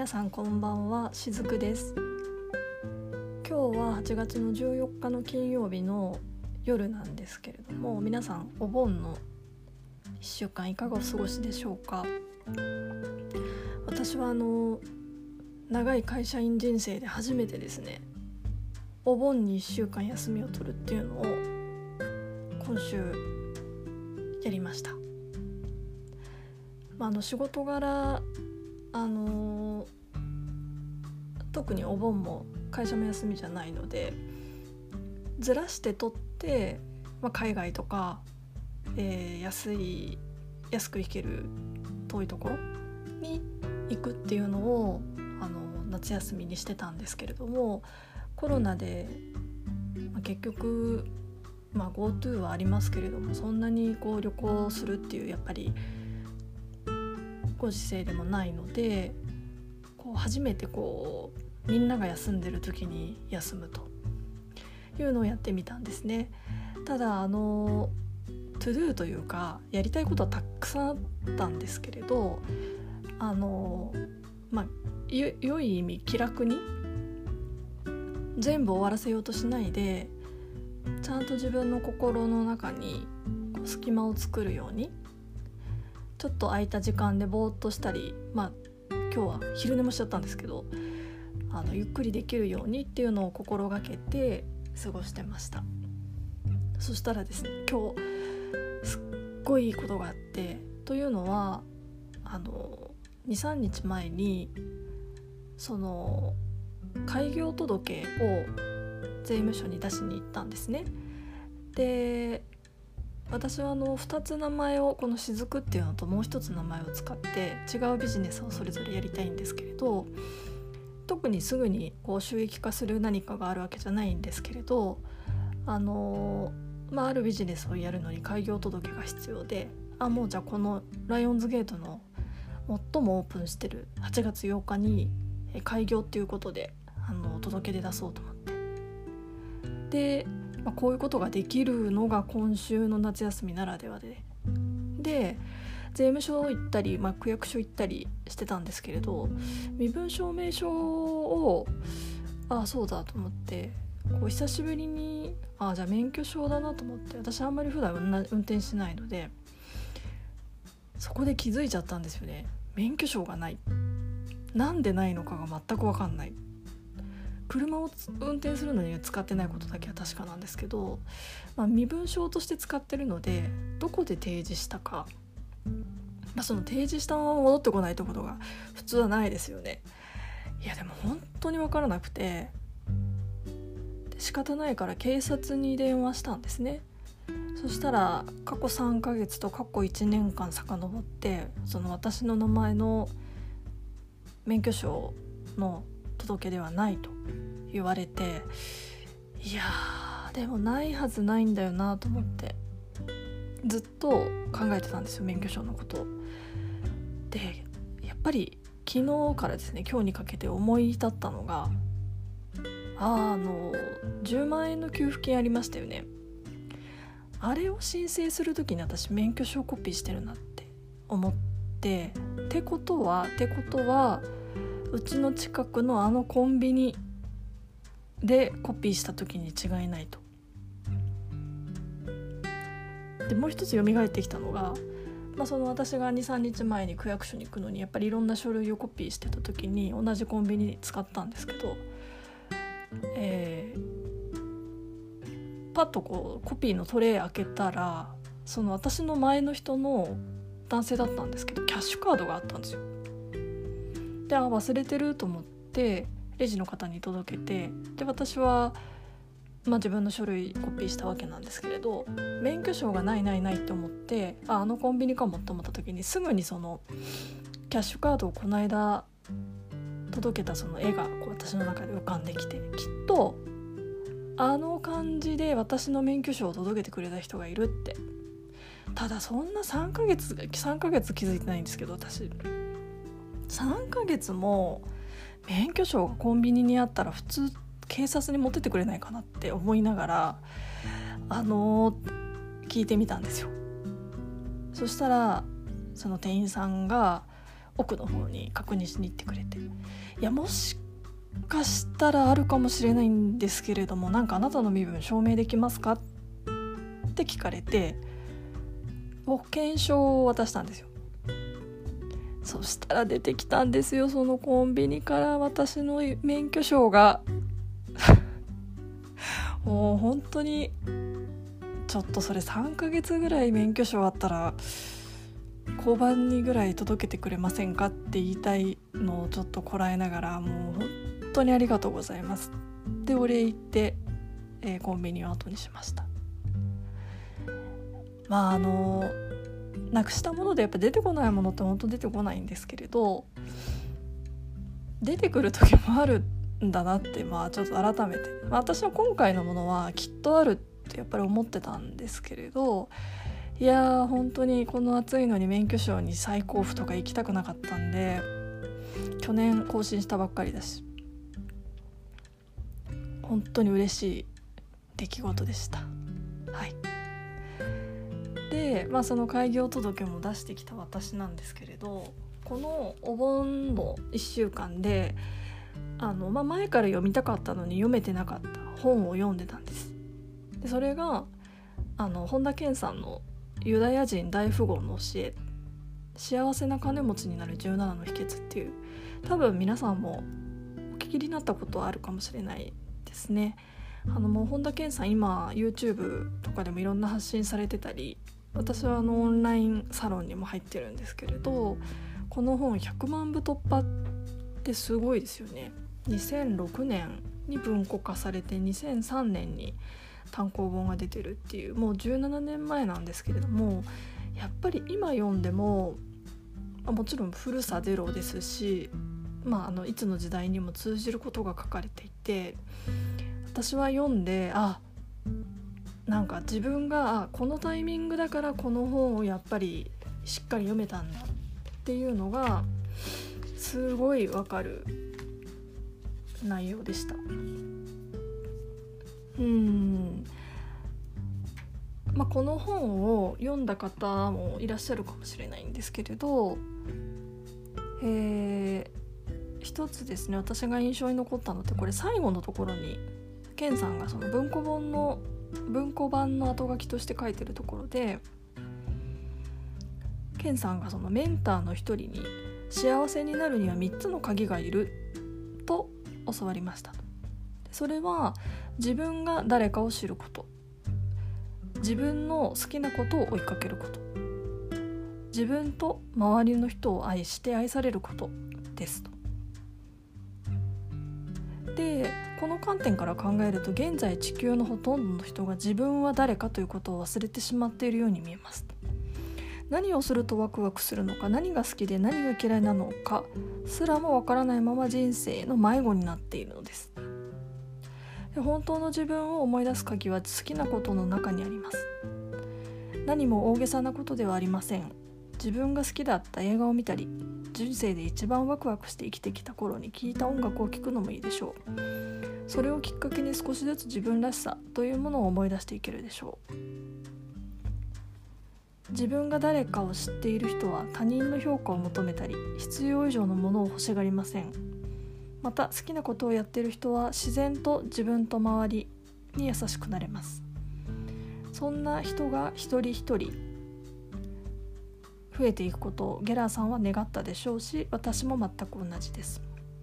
皆さんこんばんは、しずくです。今日は8月の14日の金曜日の夜なんですけれども、皆さんお盆の1週間いかがお過ごしでしょうか。私は長い会社員人生で初めてですね、お盆に1週間休みを取るっていうのを今週やりました。仕事柄特にお盆も会社も休みじゃないので、ずらして取って、海外とか、安く行ける遠いところに行くっていうのを夏休みにしてたんですけれども、コロナで、結局、GoTo はありますけれども、そんなに旅行するっていうやっぱりご時世でもないので、初めてみんなが休んでる時に休むというのをやってみたんですね。ただトゥドゥというかやりたいことはたくさんあったんですけれど、良い意味気楽に全部終わらせようとしないで、ちゃんと自分の心の中に隙間を作るように、ちょっと空いた時間でぼーっとしたり、今日は昼寝もしちゃったんですけど、ゆっくりできるようにっていうのを心がけて過ごしてました。そしたらですね、今日すっごいいいことがあって、というのは2,3 日前にその開業届を税務署に出しに行ったんですね。で、私は2つ名前を、このしずくっていうのともう一つ名前を使って違うビジネスをそれぞれやりたいんですけれど、特にすぐに収益化する何かがあるわけじゃないんですけれど、あるビジネスをやるのに開業届が必要で、もうじゃあこのライオンズゲートの最もオープンしてる8月8日に開業っていうことで届け出出そうと思って、でこういうことができるのが今週の夏休みならではで、税務署行ったり、区役所行ったりしてたんですけれど、身分証明書をそうだと思って、久しぶりにじゃあ免許証だなと思って、私あんまり普段運転しないので、そこで気づいちゃったんですよね。免許証がない、なんでないのかが全く分かんない。車を運転するのには使ってないことだけは確かなんですけど、身分証として使ってるので、どこで提示したか、その提示したまま戻ってこないってことが普通はないですよね。いやでも本当に分からなくて、仕方ないから警察に電話したんですね。そしたら過去3ヶ月と過去1年間遡って、その私の名前の免許証の届けではないと言われて、いやでもないはずないんだよなと思って、ずっと考えてたんですよ、免許証のことで。やっぱり昨日からですね、今日にかけて思い至ったのが、10万円の給付金ありましたよね。あれを申請するときに私免許証コピーしてるなって思って、ってことはうちの近くのコンビニでコピーした時に違いないと。でもう一つ蘇ってきたのが、その私が 2,3 日前に区役所に行くのにやっぱりいろんな書類をコピーしてた時に同じコンビニ使ったんですけど、パッとコピーのトレイ開けたら、その私の前の人の男性だったんですけど、キャッシュカードがあったんですよ。で忘れてると思ってレジの方に届けて、で私は、自分の書類コピーしたわけなんですけれど、免許証がないって思って、コンビニかもと思った時に、すぐにそのキャッシュカードをこの間届けたその絵が私の中で浮かんできて、きっと感じで私の免許証を届けてくれた人がいるって。ただそんな3ヶ月気づいてないんですけど、私3ヶ月も免許証がコンビニにあったら普通警察に持ってってくれないかなって思いながら聞いてみたんですよ。そしたらその店員さんが奥の方に確認しに行ってくれて、いやもしかしたらあるかもしれないんですけれども、なんかあなたの身分証明できますかって聞かれて、保険証を渡したんですよ。そしたら出てきたんですよ、そのコンビニから私の免許証がもう本当にちょっとそれ3ヶ月ぐらい免許証あったら交番にぐらい届けてくれませんかって言いたいのをちょっとこらえながら、もう本当にありがとうございますってお礼言って、コンビニを後にしました。なくしたものでやっぱ出てこないものって本当出てこないんですけれど、出てくる時もあるんだなって、ちょっと改めて、私は今回のものはきっとあるってやっぱり思ってたんですけれど、いやー本当にこの暑いのに免許証に再交付とか行きたくなかったんで、去年更新したばっかりだし本当に嬉しい出来事でした。はい。で、その開業届も出してきた私なんですけれど、このお盆の1週間で前から読みたかったのに読めてなかった本を読んでたんです。でそれが本田健さんのユダヤ人大富豪の教え、幸せな金持ちになる17の秘訣っていう、多分皆さんもお聞きになったことはあるかもしれないですね。もう本田健さん今 YouTube とかでもいろんな発信されてたり、私はオンラインサロンにも入ってるんですけれど、この本100万部突破ってすごいですよね。2006年に文庫化されて2003年に単行本が出てるっていう、もう17年前なんですけれども、やっぱり今読んでももちろん古さゼロですし、いつの時代にも通じることが書かれていて、私は読んでなんか自分がこのタイミングだからこの本をやっぱりしっかり読めたんだっていうのがすごいわかる内容でした。この本を読んだ方もいらっしゃるかもしれないんですけれど、一つですね、私が印象に残ったのって、これ最後のところにケンさんがその文庫版の後書きとして書いてるところで、ケンさんがそのメンターの一人に幸せになるには3つの鍵がいると教わりました。それは自分が誰かを知ること、自分の好きなことを追いかけること、自分と周りの人を愛して愛されることですと。で、この観点から考えると、現在地球のほとんどの人が自分は誰かということを忘れてしまっているように見えます。何をするとワクワクするのか、何が好きで何が嫌いなのかすらもわからないまま人生の迷子になっているのです。で、本当の自分を思い出す鍵は好きなことの中にあります。何も大げさなことではありません。自分が好きだった映画を見たり、人生で一番ワクワクして生きてきた頃に聴いた音楽を聴くのもいいでしょう。それをきっかけに少しずつ自分らしさというものを思い出していけるでしょう。自分が誰かを知っている人は他人の評価を求めたり、必要以上のものを欲しがりません。また好きなことをやっている人は自然と自分と周りに優しくなれます。そんな人が一人一人増えていくことをゲラーさんは願ったでしょうし、私も全く同じです。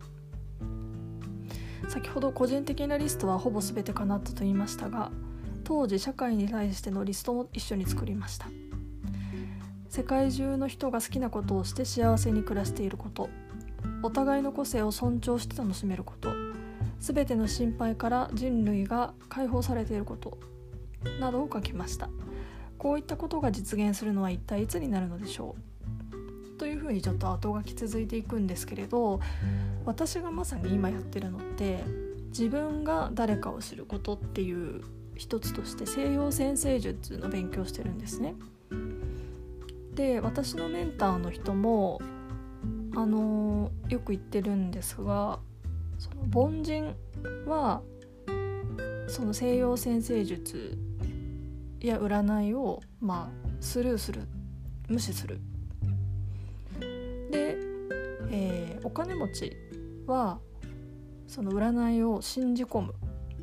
先ほど個人的なリストはほぼ全て叶ったと言いましたが、当時社会に対してのリストも一緒に作りました。世界中の人が好きなことをして幸せに暮らしていること、お互いの個性を尊重して楽しめること、すべての心配から人類が解放されていることなどを書きました。こういったことが実現するのは一体いつになるのでしょうというふうにちょっと後書き続いていくんですけれど、私がまさに今やってるのって自分が誰かを知ることっていう一つとして西洋占星術の勉強してるんですね。で、私のメンターの人もよく言ってるんですが、その凡人はその西洋占星術や占いをスルーする、無視する。で、 お金持ちはその占いを信じ込む。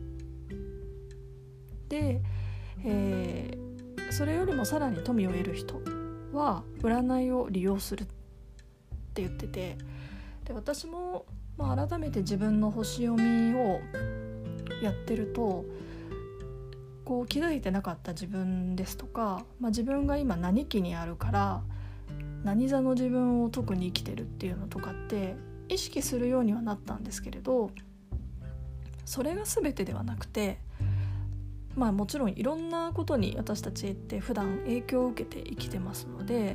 で、それよりもさらに富を得る人は占いを利用するって言ってて、で私も、改めて自分の星読みをやってると、こう気づいてなかった自分ですとか、自分が今何期にあるから何座の自分を特に生きてるっていうのとかって意識するようにはなったんですけれど、それが全てではなくて、もちろんいろんなことに私たちって普段影響を受けて生きてますので、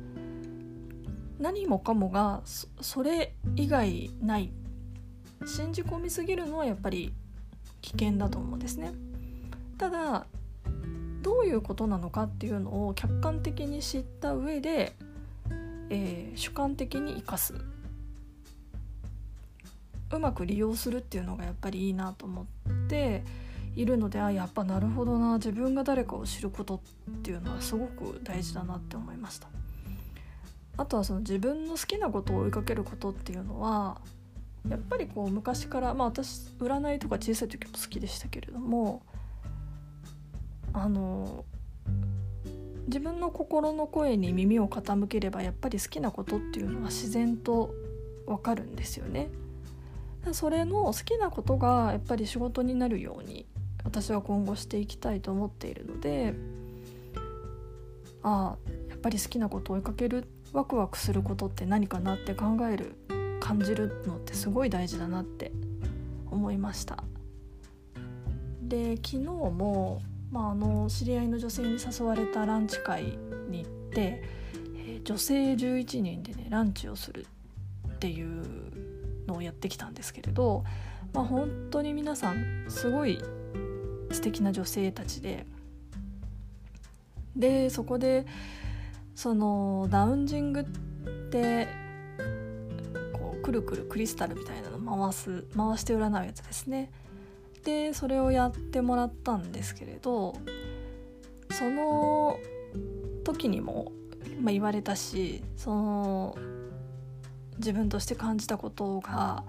何もかもが それ以外ない、信じ込みすぎるのはやっぱり危険だと思うんですね。ただどういうことなのかっていうのを客観的に知った上で、主観的に生かす、うまく利用するっていうのがやっぱりいいなと思っているので、やっぱなるほどな、自分が誰かを知ることっていうのはすごく大事だなって思いました。あとはその自分の好きなことを追いかけることっていうのはやっぱりこう昔から、私占いとか小さい時も好きでしたけれども、自分の心の声に耳を傾ければやっぱり好きなことっていうのは自然とわかるんですよね。それの好きなことがやっぱり仕事になるように私は今後していきたいと思っているので、やっぱり好きなことを追いかける、ワクワクすることって何かなって考える、感じるのってすごい大事だなって思いました。で、昨日も、知り合いの女性に誘われたランチ会に行って、女性11人でねランチをするっていうのをやってきたんですけれど、本当に皆さんすごい素敵な女性たちで、そこでそのダウンジングってこうくるくるクリスタルみたいなの回して占うやつですね。でそれをやってもらったんですけれど、その時にも、言われたし、その自分として感じたことが、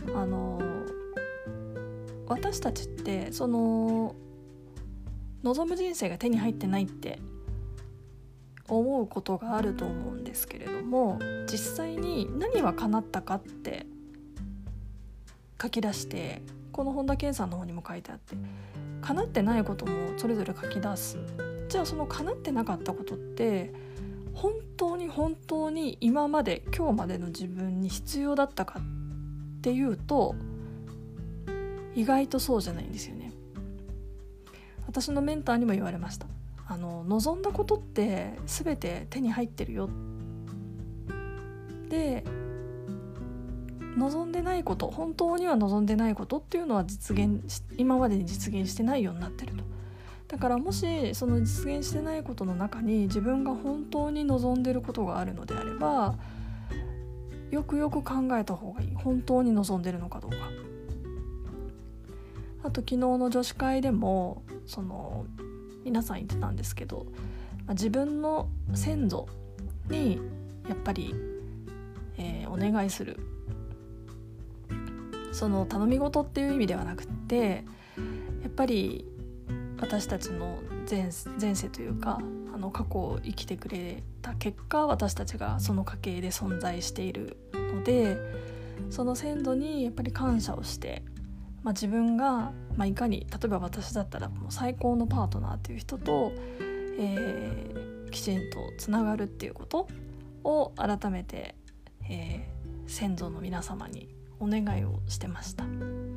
私たちってその望む人生が手に入ってないって思うことがあると思うんですけれども、実際に何は叶ったかって書き出して、この本田健さんの方にも書いてあって、叶ってないこともそれぞれ書き出す。じゃあその叶ってなかったことって本当に今まで今日までの自分に必要だったかっていうと意外とそうじゃないんですよね。私のメンターにも言われました。望んだことって全て手に入ってるよ。で望んでないこと、本当には望んでないことっていうのは今までに実現してないようになってると。だからもしその実現してないことの中に自分が本当に望んでることがあるのであれば、よくよく考えた方がいい。本当に望んでるのかどうか。あと昨日の女子会でもその皆さん言ってたんですけど、自分の先祖にやっぱり、お願いする、その頼み事っていう意味ではなくて、やっぱり私たちの前世というか過去を生きてくれた結果、私たちがその家系で存在しているので、その先祖にやっぱり感謝をして、自分が、いかに、例えば私だったらもう最高のパートナーっていう人と、きちんとつながるっていうことを改めて、先祖の皆様にお願いをしてました。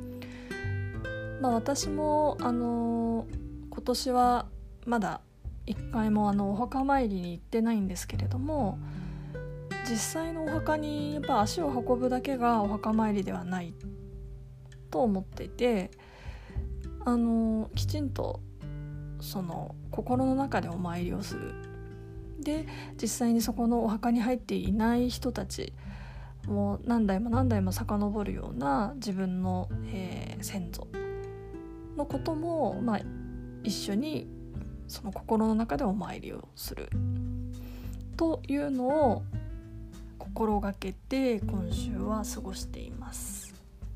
私も今年はまだ一回もお墓参りに行ってないんですけれども、実際のお墓にやっぱ足を運ぶだけがお墓参りではないと思っていて、きちんとその心の中でお参りをする。で実際にそこのお墓に入っていない人たちも何代も遡るような自分の、先祖のことも、一緒にその心の中でお参りをするというのを心がけて今週は過ごしています。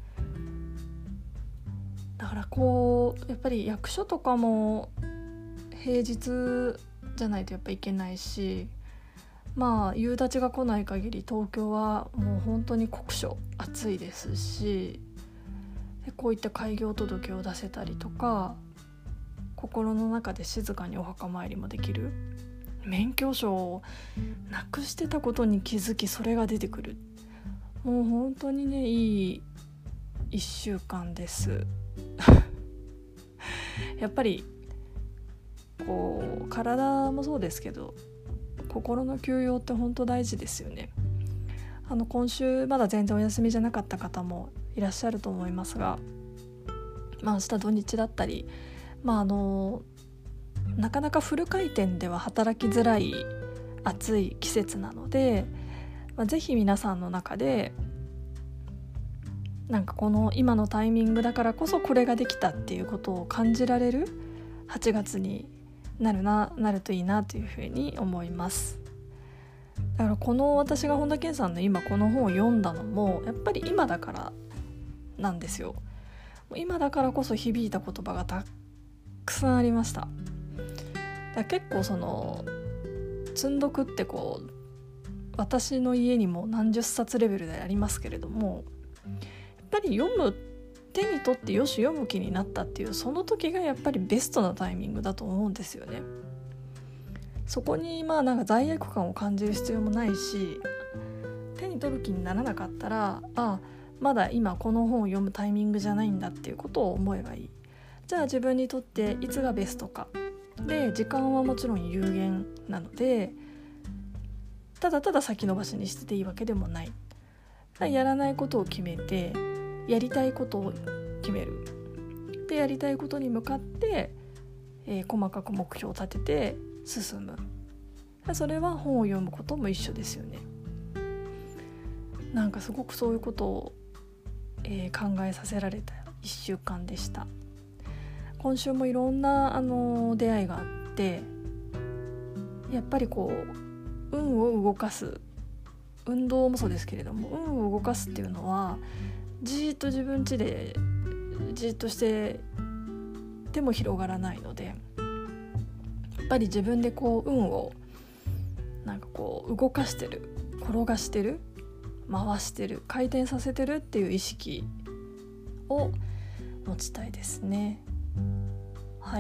だからやっぱり役所とかも平日じゃないとやっぱいけないし、夕立が来ない限り東京はもう本当に酷暑暑いですし、こういった開業届を出せたりとか、心の中で静かにお墓参りもできる、免許証をなくしてたことに気づきそれが出てくる、もう本当にねいい1週間ですやっぱり体もそうですけど心の休養って本当大事ですよね。今週まだ全然お休みじゃなかった方もいらっしゃると思いますが、明日土日だったり、なかなかフル回転では働きづらい暑い季節なので、ぜひ皆さんの中でこの今のタイミングだからこそこれができたっていうことを感じられる8月になるといいなというふうに思います。だから私が本田健さんの今この本を読んだのもやっぱり今だからなんですよ。今だからこそ響いた言葉がたくさんありました。だから結構積んどくって私の家にも何十冊レベルでありますけれども、やっぱり手に取ってよし読む気になったっていうその時がやっぱりベストなタイミングだと思うんですよね。そこに罪悪感を感じる必要もないし、手に取る気にならなかったらまだ今この本を読むタイミングじゃないんだっていうことを思えばいい。じゃあ自分にとっていつがベストかで、時間はもちろん有限なのでただただ先延ばしにしてていいわけでもない。やらないことを決めてやりたいことを決める。でやりたいことに向かって、細かく目標を立てて進む。それは本を読むことも一緒ですよね。すごくそういうことを、考えさせられた1週間でした。今週もいろんな出会いがあって、やっぱり運を動かす、運動もそうですけれども、運を動かすっていうのはじーっと自分家でじーっとしてでも広がらないので、やっぱり自分で運を動かしてる、転がしてる、回してる、回転させてるっていう意識を持ちたいですね。はい。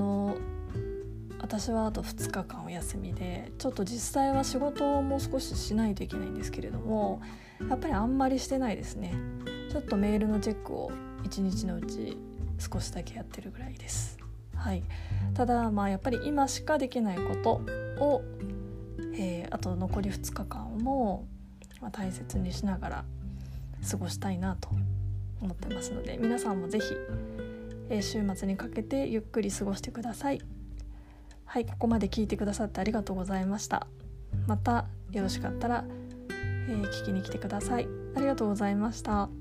私はあと2日間お休みで、ちょっと実際は仕事をもう少ししないといけないんですけれども、やっぱりあんまりしてないですね。ちょっとメールのチェックを1日のうち少しだけやってるぐらいです。はい。ただやっぱり今しかできないことを、あと残り2日間も大切にしながら過ごしたいなと思ってますので、皆さんもぜひ、週末にかけてゆっくり過ごしてください。はい、ここまで聞いてくださってありがとうございました。またよろしかったら、聞きに来てください。ありがとうございました。